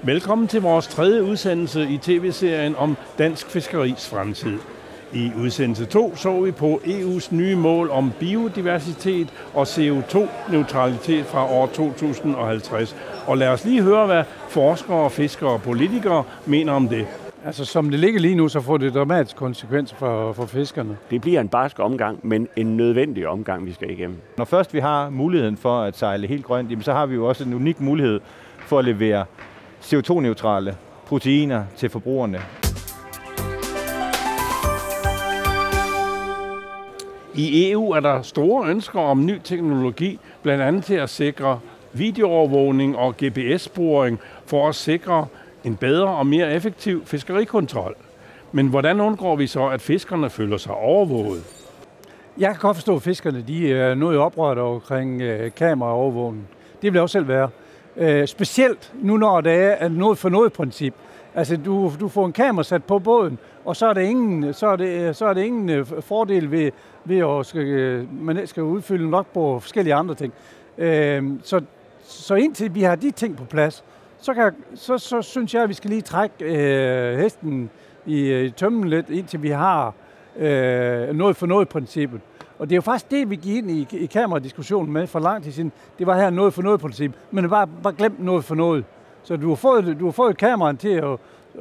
Velkommen til vores 3. udsendelse i tv-serien om dansk fiskeris fremtid. I udsendelse 2 så vi på EU's nye mål om biodiversitet og CO2-neutralitet fra år 2050. Og lad os lige høre, hvad forskere, fiskere og politikere mener om det. Altså som det ligger lige nu, så får det dramatiske konsekvenser for fiskerne. Det bliver en barsk omgang, men en nødvendig omgang, vi skal igennem. Når først vi har muligheden for at sejle helt grønt, så har vi jo også en unik mulighed for at levere CO2-neutrale proteiner til forbrugerne. I EU er der store ønsker om ny teknologi, blandt andet til at sikre videoovervågning og GPS-sporing for at sikre en bedre og mere effektiv fiskerikontrol. Men hvordan undgår vi så, at fiskerne føler sig overvåget? Jeg kan godt forstå, at fiskerne de er noget oprørt omkring kameraovervågning. Det vil jeg også selv være. Specielt nu, når det er noget for noget princip. Altså, du får en kamera sat på båden, og så er det ingen fordel ved at man skal udfylde nok på forskellige andre ting. Så indtil vi har de ting på plads, så synes jeg, at vi skal lige trække hesten i tømmen lidt, indtil vi har noget for noget princippet. Og det er jo faktisk det, vi gik ind i kameradiskussionen med for lang tid siden. Det var her noget for noget princip, men det var bare glemt noget for noget. Så du har fået kameraen til at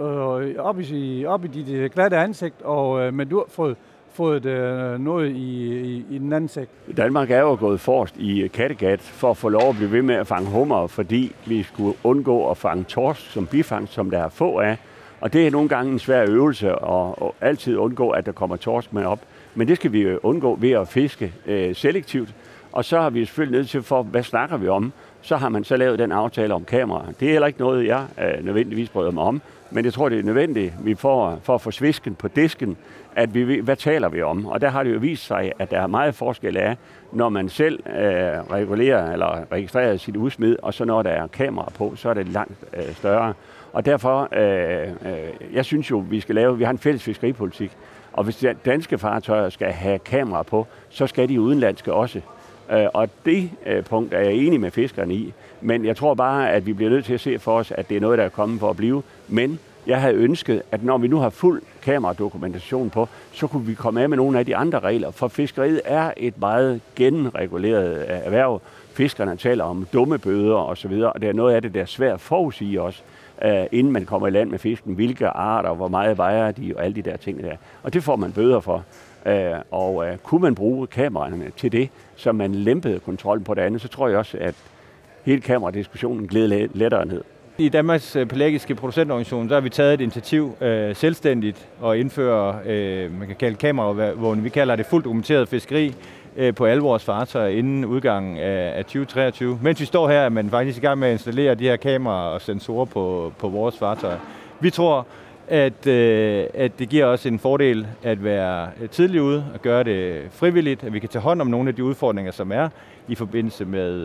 op i dit glatte ansigt, men du har fået noget i den anden sigt. Danmark er jo gået forrest i Kattegat for at få lov at blive ved med at fange hummer, fordi vi skulle undgå at fange torsk som bifangst, som der er få af. Og det er nogle gange en svær øvelse at altid undgå, at der kommer torsk med op. Men det skal vi undgå ved at fiske selektivt. Og så har vi selvfølgelig nødt til hvad snakker vi om? Så har man så lavet den aftale om kameraer. Det er heller ikke noget, jeg nødvendigvis bryder mig om. Men jeg tror, det er nødvendigt, vi får for at få svisken på disken, at vi ved, hvad taler vi om. Og der har det jo vist sig, at der er meget forskel af, når man selv regulerer eller registrerer sit udsmid, og så når der er kamera på, så er det langt større. Og derfor, jeg synes jo, vi har en fælles fiskeripolitik. Og hvis danske fartøjer skal have kamera på, så skal de udenlandske også. Og det punkt er jeg enig med fiskerne i. Men jeg tror bare, at vi bliver nødt til at se for os, at det er noget, der er kommet for at blive. Men jeg havde ønsket, at når vi nu har fuld kameradokumentation på, så kunne vi komme af med nogle af de andre regler. For fiskeriet er et meget genreguleret erhverv. Fiskerne taler om dumme bøder osv., og det er noget af det, der er svært at forudsige også, inden man kommer i land med fisken. Hvilke arter, hvor meget vejer de og alle de der ting der. Og det får man bøder for. Kunne man bruge kameraerne til det, så man lempede kontrollen på det andet, så tror jeg også, at hele kameradiskussionen gled lettere ned. I Danmarks Pelagiske Producentorganisation, der har vi taget et initiativ selvstændigt og indføre, man kan kalde kameraovervågning, vi kalder det fuldt dokumenteret fiskeri på alle vores fartøjer inden udgangen af 2023. Mens vi står her, er man faktisk i gang med at installere de her kameraer og sensorer på vores fartøjer. Vi tror, at det giver os en fordel at være tidligt ude og gøre det frivilligt, at vi kan tage hånd om nogle af de udfordringer, som er i forbindelse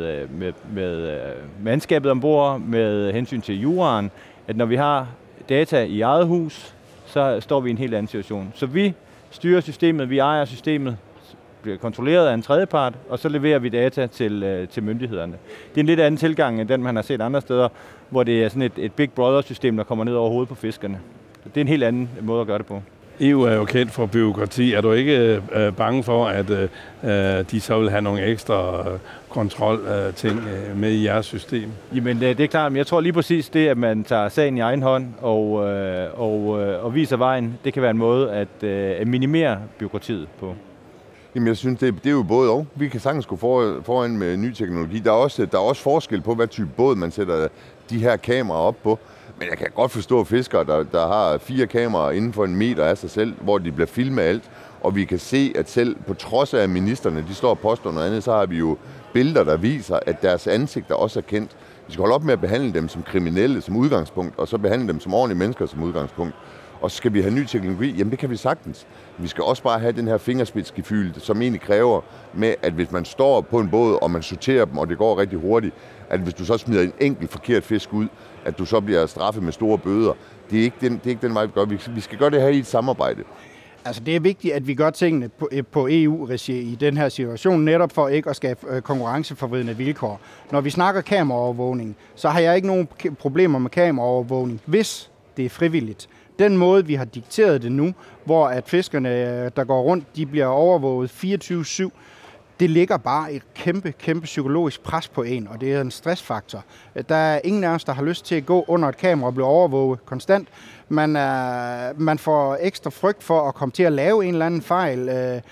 med mandskabet ombord, med hensyn til juraen, at når vi har data i eget hus, så står vi i en helt anden situation. Så vi styrer systemet, vi ejer systemet, bliver kontrolleret af en tredjepart, og så leverer vi data til myndighederne. Det er en lidt anden tilgang end den, man har set andre steder, hvor det er sådan et Big Brother-system, der kommer ned over hovedet på fiskerne. Det er en helt anden måde at gøre det på. EU er jo kendt for bureaukrati. Er du ikke bange for, at de så vil have nogle ekstra kontrolting med i jeres system? Jamen, det er klart, men jeg tror lige præcis det, at man tager sagen i egen hånd og viser vejen, det kan være en måde at minimere bureaukratiet på. Jamen, jeg synes, det er jo både og. Vi kan sagtens gå foran med ny teknologi. Der er også forskel på, hvad type båd man sætter de her kameraer op på. Men jeg kan godt forstå fiskere, der har 4 kameraer inden for 1 meter af sig selv, hvor de bliver filmet alt. Og vi kan se, at selv på trods af, at ministerne de står og påstår noget andet, så har vi jo billeder, der viser, at deres ansigter også er kendt. Vi skal holde op med at behandle dem som kriminelle som udgangspunkt, og så behandle dem som ordentlige mennesker som udgangspunkt. Og så skal vi have ny teknologi. Jamen, det kan vi sagtens. Vi skal også bare have den her fingerspidsgefühl, som egentlig kræver med, at hvis man står på en båd, og man sorterer dem, og det går rigtig hurtigt, at hvis du så smider en enkelt forkert fisk ud, at du så bliver straffet med store bøder. Det er ikke den vej, vi gør. Vi skal gøre det her i et samarbejde. Altså det er vigtigt, at vi gør tingene på EU-regi i den her situation, netop for ikke at skabe konkurrenceforvridende vilkår. Når vi snakker kameraovervågning, så har jeg ikke nogen problemer med kameraovervågning, hvis det er frivilligt. Den måde, vi har dikteret det nu, hvor at fiskerne, der går rundt, de bliver overvåget 24/7, det ligger bare et kæmpe psykologisk pres på en, og det er en stressfaktor. Der er ingen af os, der har lyst til at gå under et kamera og blive overvåget konstant. Man får ekstra frygt for at komme til at lave en eller anden fejl,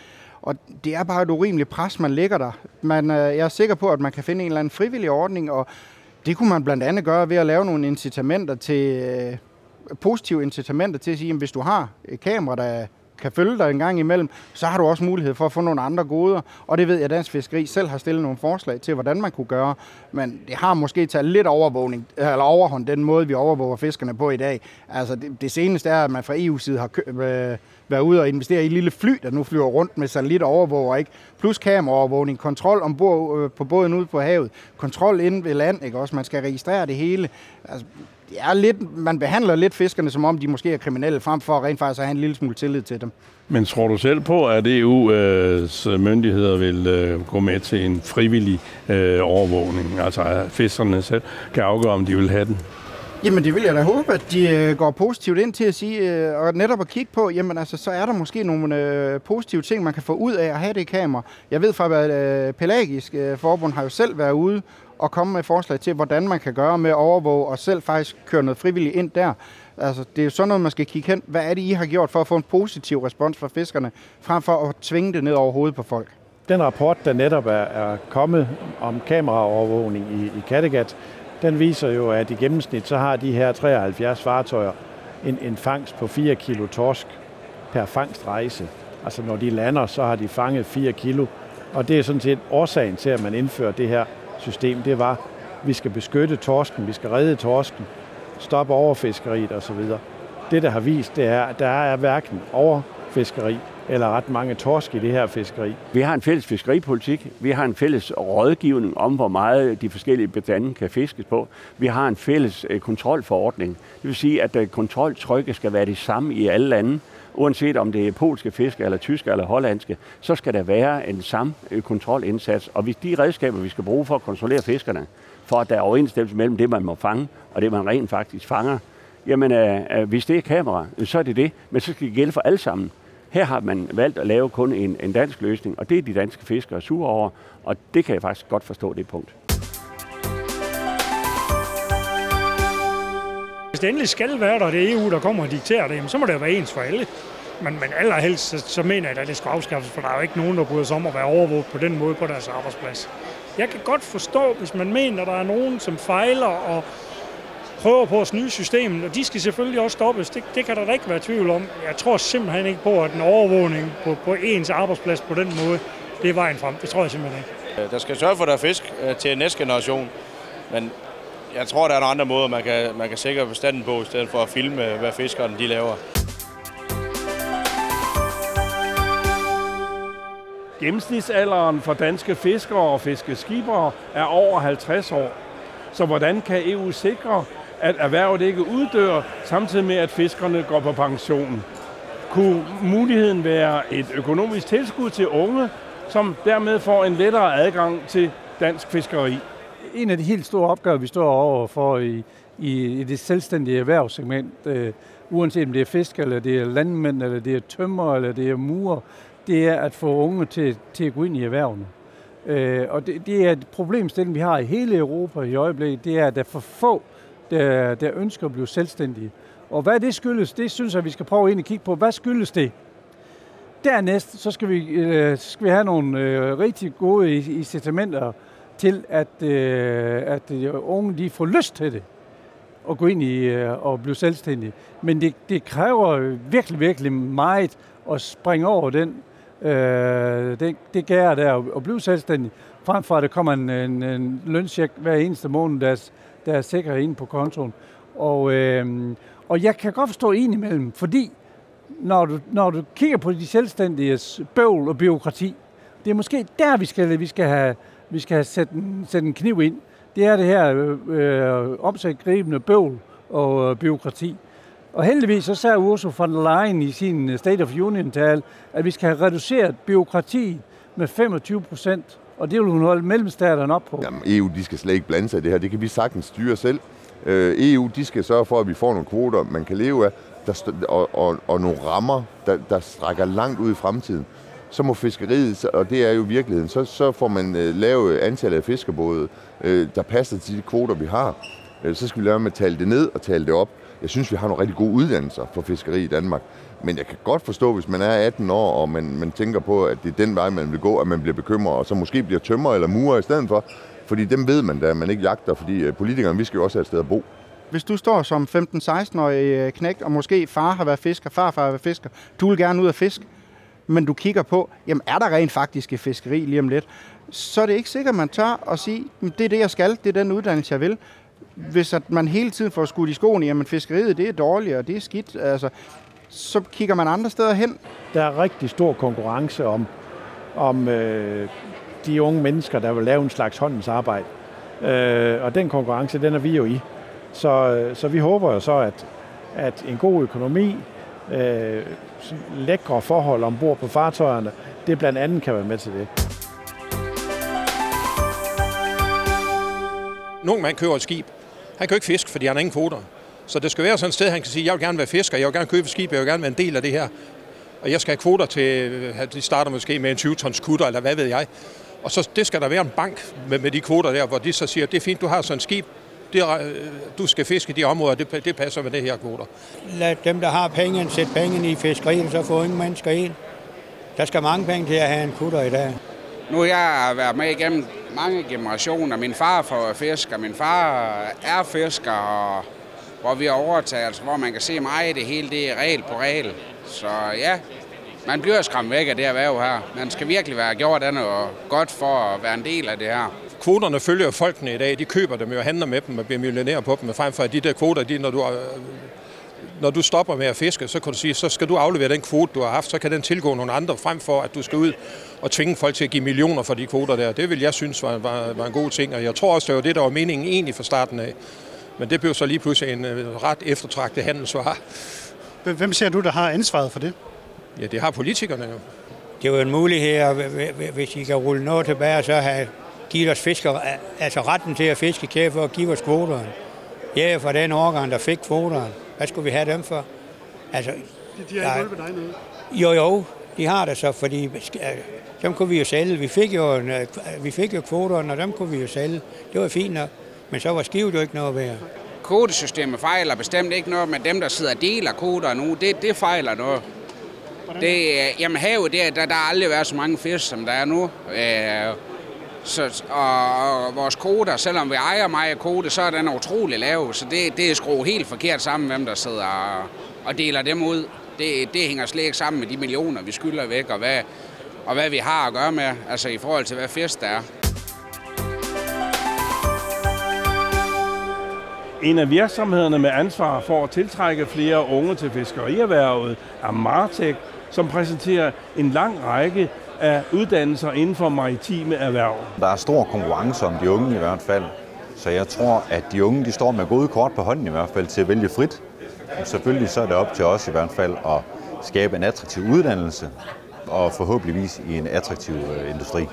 og det er bare et urimeligt pres, man lægger der. Jeg er sikker på, at man kan finde en eller anden frivillig ordning, og det kunne man blandt andet gøre ved at lave nogle incitamenter til, positive incitamenter til at sige, at hvis du har et kamera, der kan følge dig en gang imellem, så har du også mulighed for at få nogle andre goder. Og det ved jeg, at Dansk Fiskeri selv har stillet nogle forslag til, hvordan man kunne gøre. Men det har måske taget lidt overhånd, den måde, vi overvåger fiskerne på i dag. Altså det seneste er, at man fra EU-side har været ude og investere i et lille fly, der nu flyver rundt med satellitovervåger, ikke? Plus kameraovervågning, kontrol ombord på båden ude på havet, kontrol inde ved land, ikke? Også man skal registrere det hele. Altså, det er lidt, man behandler lidt fiskerne, som om de måske er kriminelle, frem for at rent faktisk at have en lille smule tillid til dem. Men tror du selv på, at EU's myndigheder vil gå med til en frivillig overvågning? Altså at fiskerne selv kan afgøre, om de vil have den? Jamen det vil jeg da håbe, at de går positivt ind til at sige, og netop at kigge på, jamen altså, så er der måske nogle positive ting, man kan få ud af at have det kamera. Jeg ved fra, at Pelagisk Forbund har jo selv været ude og komme med forslag til, hvordan man kan gøre med at overvåge og selv faktisk køre noget frivilligt ind der. Altså, det er jo sådan noget, man skal kigge hen. Hvad er det, I har gjort for at få en positiv respons fra fiskerne, frem for at tvinge det ned over hovedet på folk? Den rapport, der netop er kommet om kameraovervågning i Kattegat, den viser jo, at i gennemsnit så har de her 73 fartøjer en fangst på 4 kilo torsk per fangstrejse. Altså når de lander, så har de fanget 4 kilo. Og det er sådan set årsagen til, at man indfører det her system. Det var, at vi skal beskytte torsken, vi skal redde torsken, stoppe overfiskeriet osv. Det, der har vist, det er, at der er hverken overfiskeri eller ret mange torsk i det her fiskeri. Vi har en fælles fiskeripolitik. Vi har en fælles rådgivning om, hvor meget de forskellige bestande kan fiskes på. Vi har en fælles kontrolforordning. Det vil sige, at kontroltrykket skal være det samme i alle lande. Uanset om det er polske fiskere, eller tyske, eller hollandske, så skal der være en samme kontrolindsats. Og hvis de redskaber, vi skal bruge for at kontrollere fiskerne, for at der er overensstemmelse mellem det, man må fange, og det, man rent faktisk fanger, jamen, hvis det er kamera, så er det det. Men så skal det gælde for alle sammen. Her har man valgt at lave kun en dansk løsning, og det er de danske fiskere sure over, og det kan jeg faktisk godt forstå, det punkt. Hvis det endelig skal være der, det er EU, der kommer og dikterer det, så må det jo være ens for alle. Men allerhelst, så mener jeg, at det skal afskaffes, for der er jo ikke nogen, der bryder sig om at være overvåget på den måde på deres arbejdsplads. Jeg kan godt forstå, hvis man mener, at der er nogen, som fejler og prøver på at snyde systemet, og de skal selvfølgelig også stoppes. Det kan der da ikke være tvivl om. Jeg tror simpelthen ikke på, at en overvågning på ens arbejdsplads på den måde, det er vejen frem. Det tror jeg simpelthen ikke. Der skal sørge for, at der er fisk til næste generation, men jeg tror, der er nogle andre måder, man kan sikre bestanden på, i stedet for at filme, hvad fiskerne de laver. Gennemsnitsalderen for danske fiskere og fiskeskibere er over 50 år. Så hvordan kan EU sikre, at erhvervet ikke uddør, samtidig med, at fiskerne går på pension? Kunne muligheden være et økonomisk tilskud til unge, som dermed får en lettere adgang til dansk fiskeri? En af de helt store opgaver, vi står overfor i det selvstændige erhvervssegment, uanset om det er fisk, eller det er landmænd, eller det er tømrer, eller det er murer, det er at få unge til at gå ind i erhvervene. Og det er et problemstilling, vi har i hele Europa i øjeblikket, det er, at der er for få, der ønsker at blive selvstændige. Og hvad det skyldes, det synes jeg, vi skal prøve ind og kigge på. Hvad skyldes det? Dernæst, så skal vi have nogle rigtig gode incitamenter til, at unge de får lyst til det, at gå ind i og blive selvstændige. Men det kræver virkelig, virkelig meget at springe over det gær der og blive selvstændig, frem for at der kommer en løncheck hver eneste måned, der er sikret inde på kontoen. Og jeg kan godt forstå indimellem, fordi når du kigger på de selvstændiges bøvl og byråkrati, det er måske der, vi skal have sætte en kniv ind. Det er det her omsætgribende bøvl og byråkrati. Og heldigvis så sagde Ursula von der Leyen i sin State of Union-tale, at vi skal have reduceret byråkrati med 25%, og det vil hun holde mellemstaterne op på. Jamen, EU de skal slet ikke blande sig i det her. Det kan vi sagtens styre selv. EU de skal sørge for, at vi får nogle kvoter, man kan leve af, og nogle rammer, der strækker langt ud i fremtiden. Så må fiskeriet, og det er jo virkeligheden, så får man lave antallet af fiskerbåde, der passer til de kvoter, vi har. Så skal vi lade med at tale det ned og tale det op. Jeg synes, vi har nogle rigtig gode uddannelser for fiskeri i Danmark. Men jeg kan godt forstå, hvis man er 18 år, og man tænker på, at det er den vej, man vil gå, at man bliver bekymret, og så måske bliver tømrer eller murer i stedet for. Fordi dem ved man da, at man ikke jagter, fordi politikerne, vi skal jo også have et sted at bo. Hvis du står som 15-16-årig knægt, og måske far har været fisker, farfar har været fisker, du vil gerne ud af fisk, men du kigger på, jamen er der rent faktisk et fiskeri lige om lidt, så er det ikke sikkert, man tør at sige, det er det, jeg skal, det er den uddannelse, jeg vil. Hvis at man hele tiden får skudt i skoene, jamen fiskeriet, det er dårligt, og det er skidt, altså, så kigger man andre steder hen. Der er rigtig stor konkurrence om de unge mennesker, der vil lave en slags håndens arbejde. Og den konkurrence, den er vi jo i. Så vi håber jo så, at en god økonomi, lækre forhold ombord på fartøjerne, det blandt andet kan være med til det. Nogle mand køber et skib. Han kan jo ikke fiske, fordi han har ingen kvoter. Så det skal være sådan et sted, han kan sige, jeg vil gerne være fisker, jeg vil gerne købe et skib, jeg vil gerne være en del af det her. Og jeg skal have kvoter til, at de starter måske med en 20-tons kutter, eller hvad ved jeg. Og så det skal der være en bank med de kvoter der, hvor de så siger, det er fint, du har sådan et skib, du skal fiske i de områder, det passer med det her kvoter. Lad dem, der har penge, sætte pengene i fiskeriet, så får ingen mennesker ind. Der skal mange penge til at have en kutter i dag. Nu har jeg været med igennem mange generationer. Min far er fisker, min far er fisker, og hvor vi har overtaget, altså, hvor man kan se meget af det hele, det er regel på regel. Så ja, man bliver skræmt væk af det erhverv her. Man skal virkelig være gjort andet og godt for at være en del af det her. Kvoterne følger folkene i dag, de køber dem og handler med dem og bliver millionærer på dem. Men frem for de der kvoter, når du stopper med at fiske, så kan du sige, så skal du aflevere den kvote, du har haft, så kan den tilgå nogle andre, frem for at du skal ud og tvinge folk til at give millioner for de kvoter der. Det vil jeg synes var en god ting, og jeg tror også, det var det, der var meningen egentlig fra starten af. Men det blev så lige pludselig en ret eftertragtet handelsvare. Hvem ser du, der har ansvaret for det? Ja, det har politikerne jo. Det er jo en mulighed, hvis I kan rulle noget tilbage, så have givet os fiskere, altså retten til at fiske til for at give os kvoterne. Ja, for den årgang, der fik kvoterne. Hvad skulle vi have dem for? Altså, de har ikke hjulpet dig noget? Jo, de har det så, fordi dem kunne vi jo sælge. Vi fik jo kvoterne, og dem kunne vi jo sælge. Det var fint nok, men så var skivet jo ikke noget værd. Kvotesystemet fejler bestemt ikke noget, men dem, der sidder og deler kvoter nu, det fejler noget. Jamen havet, der har aldrig været så mange fisk, som der er nu. Og vores kvoter, selvom vi ejer meget kvote, så er den utrolig lav. Så det er skruet helt forkert sammen, hvem der sidder og deler dem ud. Det hænger slet ikke sammen med de millioner, vi skylder væk, og hvad vi har at gøre med, altså i forhold til, hvad fisk der er. En af virksomhederne med ansvar for at tiltrække flere unge til fiskerierhvervet er Martek, som præsenterer en lang række af uddannelser inden for maritime erhverv. Der er stor konkurrence om de unge i hvert fald, så jeg tror, at de unge de står med gode kort på hånden i hvert fald til at vælge frit. Selvfølgelig så er det op til os i hvert fald at skabe en attraktiv uddannelse og forhåbentligvis i en attraktiv industri.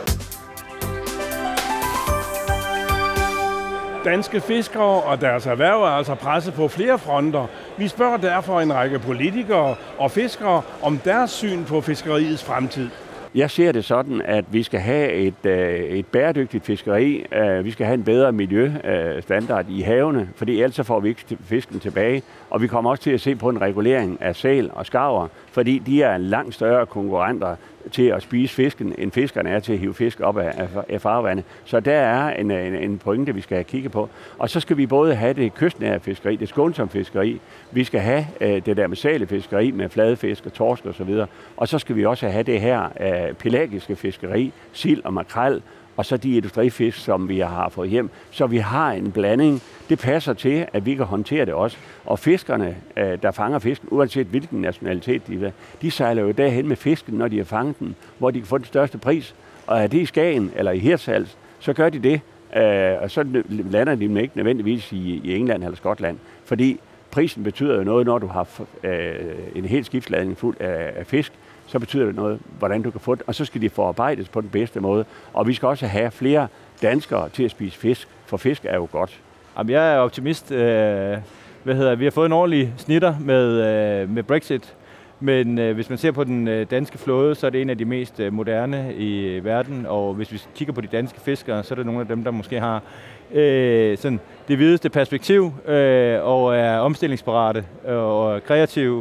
Danske fiskere og deres erhverv er altså presset på flere fronter. Vi spørger derfor en række politikere og fiskere om deres syn på fiskeriets fremtid. Jeg ser det sådan, at vi skal have et bæredygtigt fiskeri. Vi skal have en bedre miljøstandard i havene, fordi ellers så får vi ikke fisken tilbage. Og vi kommer også til at se på en regulering af sæl og skarver, fordi de er langt større konkurrenter til at spise fisken, end fiskerne er til at hive fisk op af farvandet. Så der er en pointe, vi skal kigge på. Og så skal vi både have det kystnære fiskeri, det skånsomme fiskeri. Vi skal have det der med sælefiskeri med fladefisk og torsk osv. Og så skal vi også have det her pelagiske fiskeri, sild og makrel, og så de industrifisk, som vi har fået hjem. Så vi har en blanding. Det passer til, at vi kan håndtere det også. Og fiskerne, der fanger fisken, uanset hvilken nationalitet de sejler jo derhen med fisken, når de har fanget den, hvor de kan få den største pris. Og er det i Skagen eller i Hirtshals, så gør de det. Og så lander de dem ikke nødvendigvis i England eller Skotland. Fordi prisen betyder jo noget, når du har en helt skibsladning fuld af fisk, så betyder det noget, hvordan du kan få det, og så skal de forarbejdes på den bedste måde. Og vi skal også have flere danskere til at spise fisk, for fisk er jo godt. Jamen, jeg er optimist. Vi har fået en ordentlig snitter med Brexit, men hvis man ser på den danske flåde, så er det en af de mest moderne i verden, og hvis vi kigger på de danske fiskere, så er det nogle af dem, der måske har sådan det videste perspektiv og er omstillingsparate og kreative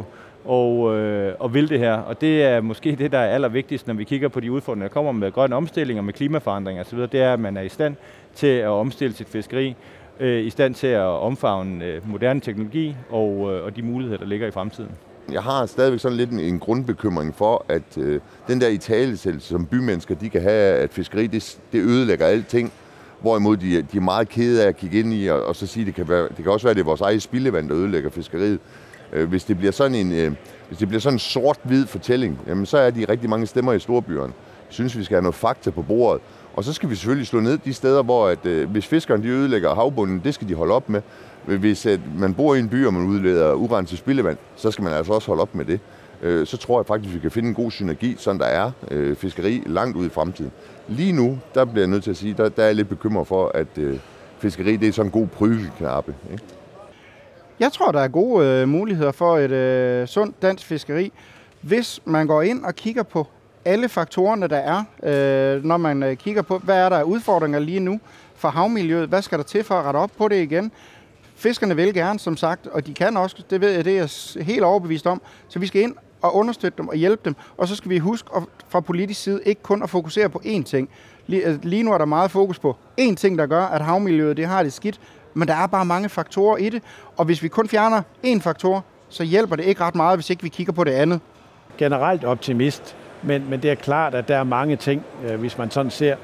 og vil det her. Og det er måske det, der er allervigtigst, når vi kigger på de udfordringer, der kommer med grøn omstilling og med klimaforandringer osv., det er, at man er i stand til at omstille sit fiskeri, i stand til at omfavne moderne teknologi og de muligheder, der ligger i fremtiden. Jeg har stadigvæk sådan lidt en grundbekymring for, at den der italesættelse, som bymennesker de kan have, at fiskeri det ødelægger alting, hvorimod de er meget kede af at kigge ind i og så sige, det kan også være, at det er vores eget spildevand, der ødelægger fiskeriet. Hvis det bliver sådan en sort-hvid fortælling, jamen, så er de rigtig mange stemmer i storbyerne. Jeg synes, vi skal have noget fakta på bordet. Og så skal vi selvfølgelig slå ned de steder, hvor hvis fiskerne de ødelægger havbunden, det skal de holde op med. Hvis man bor i en by, og man udleder urenset spildevand, så skal man altså også holde op med det. Så tror jeg faktisk, vi kan finde en god synergi, sådan der er fiskeri langt ud i fremtiden. Lige nu, der bliver jeg nødt til at sige, der er jeg lidt bekymret for, at fiskeri det er sådan en god prygelknappe. Ikke? Jeg tror, der er gode muligheder for et sundt dansk fiskeri, hvis man går ind og kigger på alle faktorerne, der er, når man kigger på, hvad er der af udfordringer lige nu for havmiljøet, hvad skal der til for at rette op på det igen. Fiskerne vil gerne, som sagt, og de kan også, det ved jeg, det er jeg helt overbevist om, så vi skal ind og understøtte dem og hjælpe dem, og så skal vi huske fra politisk side ikke kun at fokusere på én ting. Lige nu er der meget fokus på én ting, der gør, at havmiljøet det har det skidt, men der er bare mange faktorer i det, og hvis vi kun fjerner én faktor, så hjælper det ikke ret meget, hvis ikke vi kigger på det andet. Generelt optimist, men det er klart, at der er mange ting, hvis man sådan ser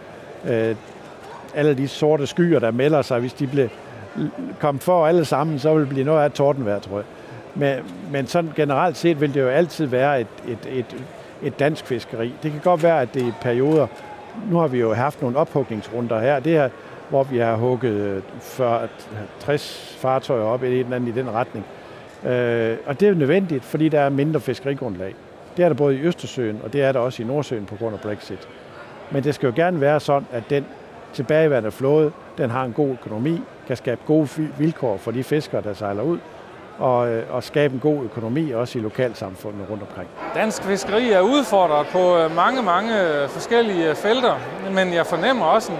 alle de sorte skyer, der melder sig, hvis de bliver kommet for alle sammen, så vil det blive noget af et tordenvejr, tror jeg. Men sådan generelt set vil det jo altid være et dansk fiskeri. Det kan godt være, at det er i perioder. Nu har vi jo haft nogle ophugningsrunder her. Det her, hvor vi har hugget 60 fartøjer op i et eller andet i den retning. Og det er jo nødvendigt, fordi der er mindre fiskerigrundlag. Det er der både i Østersøen, og det er der også i Nordsøen på grund af Brexit. Men det skal jo gerne være sådan, at den tilbageværende flåde, den har en god økonomi, kan skabe gode vilkår for de fiskere, der sejler ud, og skabe en god økonomi også i lokalsamfundet rundt omkring. Dansk fiskeri er udfordret på mange forskellige felter, men jeg fornemmer også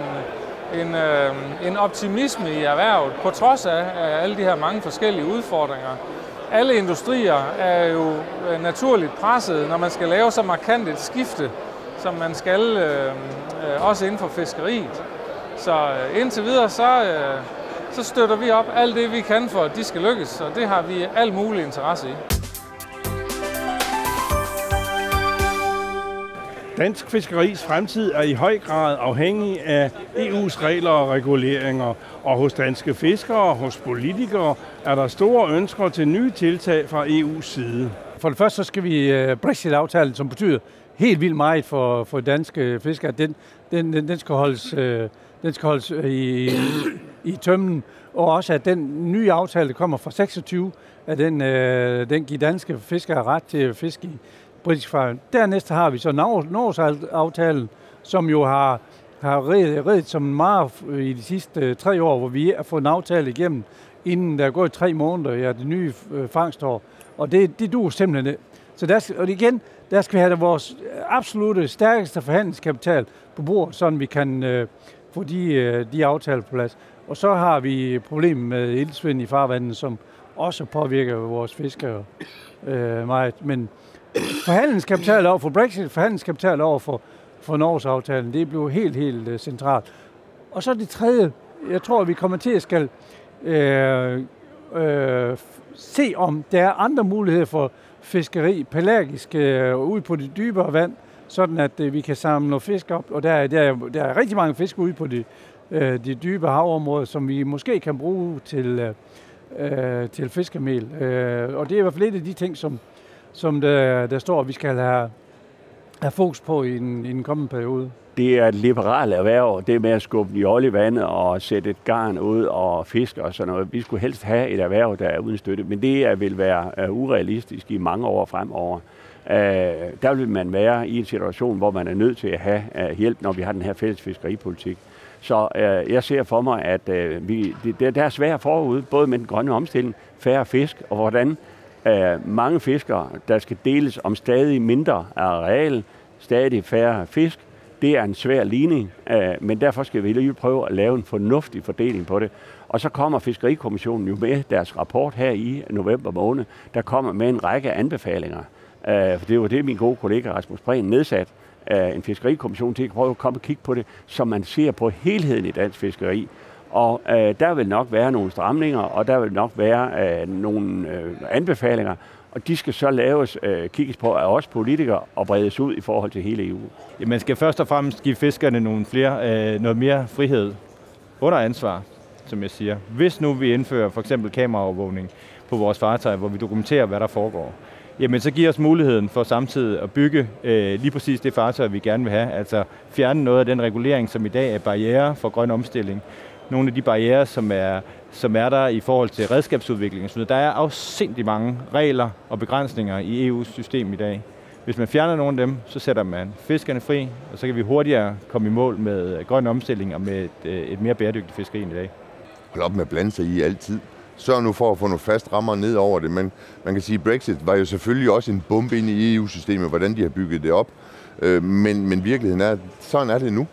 en optimisme i erhvervet, på trods af alle de her mange forskellige udfordringer. Alle industrier er jo naturligt presset, når man skal lave så markant et skifte, som man skal også inden for fiskeriet. Så indtil videre, så støtter vi op alt det, vi kan for, at de skal lykkes, og det har vi al mulig interesse i. Dansk fiskeris fremtid er i høj grad afhængig af EU's regler og reguleringer, og hos danske fiskere og hos politikere er der store ønsker til nye tiltag fra EU's side. For det første så skal vi Brexit-aftalen, som betyder helt vildt meget for danske fiskere, den skal holdes i tømmen, og også at den nye aftale, der kommer fra 26, at den giver danske fiskere ret til at fiske i britisk farvand. Dernæst har vi så Norges-aftalen, som jo har reddet som meget i de sidste 3 år, hvor vi har fået en aftale igennem, inden der er gået 3 måneder, det nye fangstår. Og det duer simpelthen. Så der skal vi have vores absolutte stærkeste forhandlingskapital på bordet, så vi kan få de aftaler på plads. Og så har vi problemer med iltsvind i farvandet, som også påvirker vores fiskere meget. Men forhandlingskapital over for Brexit, forhandlingskapital over for Norges-aftalen, det blev helt centralt. Og så det tredje, jeg tror, vi kommer til at skal se, om der er andre muligheder for fiskeri, pelagisk, ud på det dybere vand, sådan at vi kan samle noget fisk op. Og der er rigtig mange fisk ude på de dybe havområder, som vi måske kan bruge til fiskemel. Og det er i hvert fald lidt af de ting, som der står, at vi skal have fokus på i den kommende periode? Det er et liberalt erhverv, det med at skubbe i olievandet og sætte et garn ud og fiske og sådan noget. Vi skulle helst have et erhverv, der er uden støtte, men det vil være urealistisk i mange år fremover. Der vil man være i en situation, hvor man er nødt til at have hjælp, når vi har den her fælles fiskeripolitik. Så jeg ser for mig, at der er svært forud, både med den grønne omstilling, færre fisk, og hvordan mange fiskere, der skal deles om stadig mindre areal, stadig færre fisk. Det er en svær ligning, men derfor skal vi lige prøve at lave en fornuftig fordeling på det. Og så kommer Fiskerikommissionen jo med deres rapport her i november måned, der kommer med en række anbefalinger. For det var det, min gode kollega Rasmus Prehn nedsat, en fiskerikommission til at prøve at komme og kigge på det, så man ser på helheden i dansk fiskeri. Og der vil nok være nogle stramninger, og der vil nok være nogle anbefalinger, og de skal så laves, kigges på af os politikere og bredes ud i forhold til hele EU. Ja, man skal først og fremmest give fiskerne noget mere frihed under ansvar, som jeg siger. Hvis nu vi indfører for eksempel kameraovervågning på vores fartøjer, hvor vi dokumenterer, hvad der foregår, jamen så giver os muligheden for samtidig at bygge lige præcis det fartøj, vi gerne vil have. Altså fjerne noget af den regulering, som i dag er barrierer for grøn omstilling. Nogle af de barrierer, som er der i forhold til redskabsudvikling. Så der er afsindig mange regler og begrænsninger i EU's system i dag. Hvis man fjerner nogle af dem, så sætter man fiskerne fri, og så kan vi hurtigere komme i mål med grøn omstilling og med et mere bæredygtigt fiskeri end i dag. Hold op med at blande sig i altid. Sørg nu for at få nogle fast rammer ned over det, men man kan sige, at Brexit var jo selvfølgelig også en bombe ind i EU-systemet, hvordan de har bygget det op. Men virkeligheden er, sådan er det nu.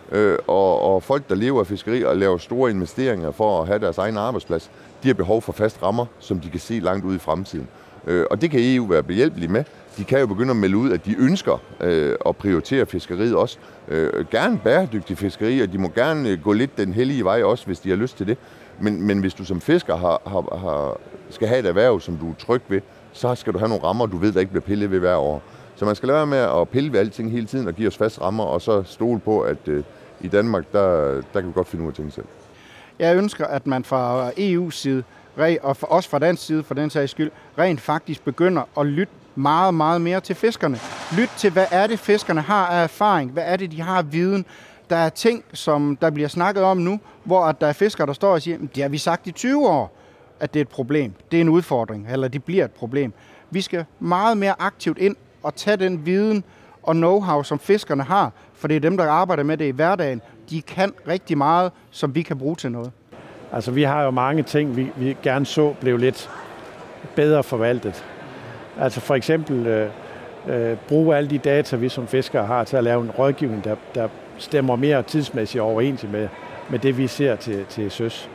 Og folk, der lever af fiskeri og laver store investeringer for at have deres egen arbejdsplads, de har behov for fast rammer, som de kan se langt ud i fremtiden. Og det kan EU være behjælpelige med. De kan jo begynde at melde ud, at de ønsker at prioritere fiskeriet også. Gerne bæredygtig fiskeri, og de må gerne gå lidt den hellige vej også, hvis de har lyst til det. Men hvis du som fisker skal have et erhverv, som du er tryg ved, så skal du have nogle rammer, du ved, der ikke bliver pillet ved hver år. Så man skal lade være med at pille ved alting hele tiden og give os fast rammer, og så stole på, at i Danmark, der kan vi godt finde ud af ting selv. Jeg ønsker, at man fra EU's side, og også fra dansk side, for den sags skyld, rent faktisk begynder at lytte meget, meget mere til fiskerne. Lyt til, hvad er det, fiskerne har af erfaring? Hvad er det, de har af viden? Der er ting, som der bliver snakket om nu, hvor der er fiskere, der står og siger, det har vi sagt i 20 år, at det er et problem. Det er en udfordring, eller det bliver et problem. Vi skal meget mere aktivt ind og tage den viden og know-how, som fiskerne har, for det er dem, der arbejder med det i hverdagen. De kan rigtig meget, som vi kan bruge til noget. Altså, vi har jo mange ting, vi gerne så blev lidt bedre forvaltet. Altså for eksempel bruge alle de data, vi som fiskere har til at lave en rådgivning, der stemmer mere tidsmæssigt overens med det, vi ser til søs.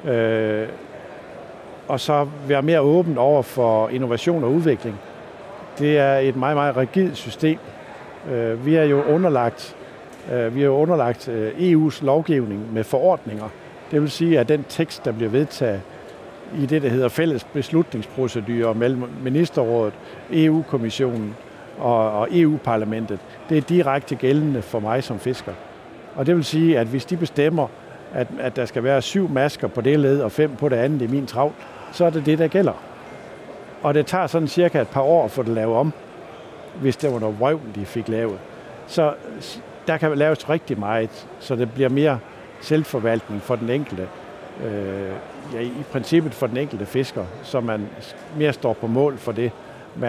Og så være mere åben over for innovation og udvikling. Det er et meget, meget rigidt system. Vi er jo underlagt EU's lovgivning med forordninger. Det vil sige, at den tekst, der bliver vedtaget i det, der hedder fælles beslutningsprocedurer mellem Ministerrådet, EU-kommissionen og EU-parlamentet, det er direkte gældende for mig som fisker. Og det vil sige, at hvis de bestemmer, at der skal være 7 masker på det led og 5 på det andet i min travl, så er det det, der gælder. Og det tager sådan cirka et par år at få det lavet om, hvis det var noget vrøvl, de fik lavet. Så der kan laves rigtig meget, så det bliver mere selvforvaltning for den enkelte. I princippet for den enkelte fisker, så man mere står på mål for det,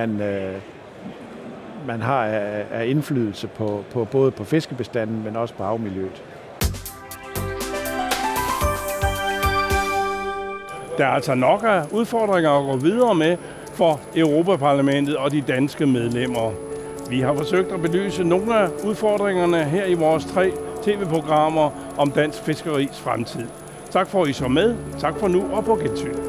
man har af indflydelse på både på fiskebestanden, men også på havmiljøet. Der er altså nok af udfordringer at gå videre med for Europaparlamentet og de danske medlemmer. Vi har forsøgt at belyse nogle af udfordringerne her i vores 3 tv-programmer om dansk fiskeris fremtid. Tak for, at I så med. Tak for nu og på gensyn.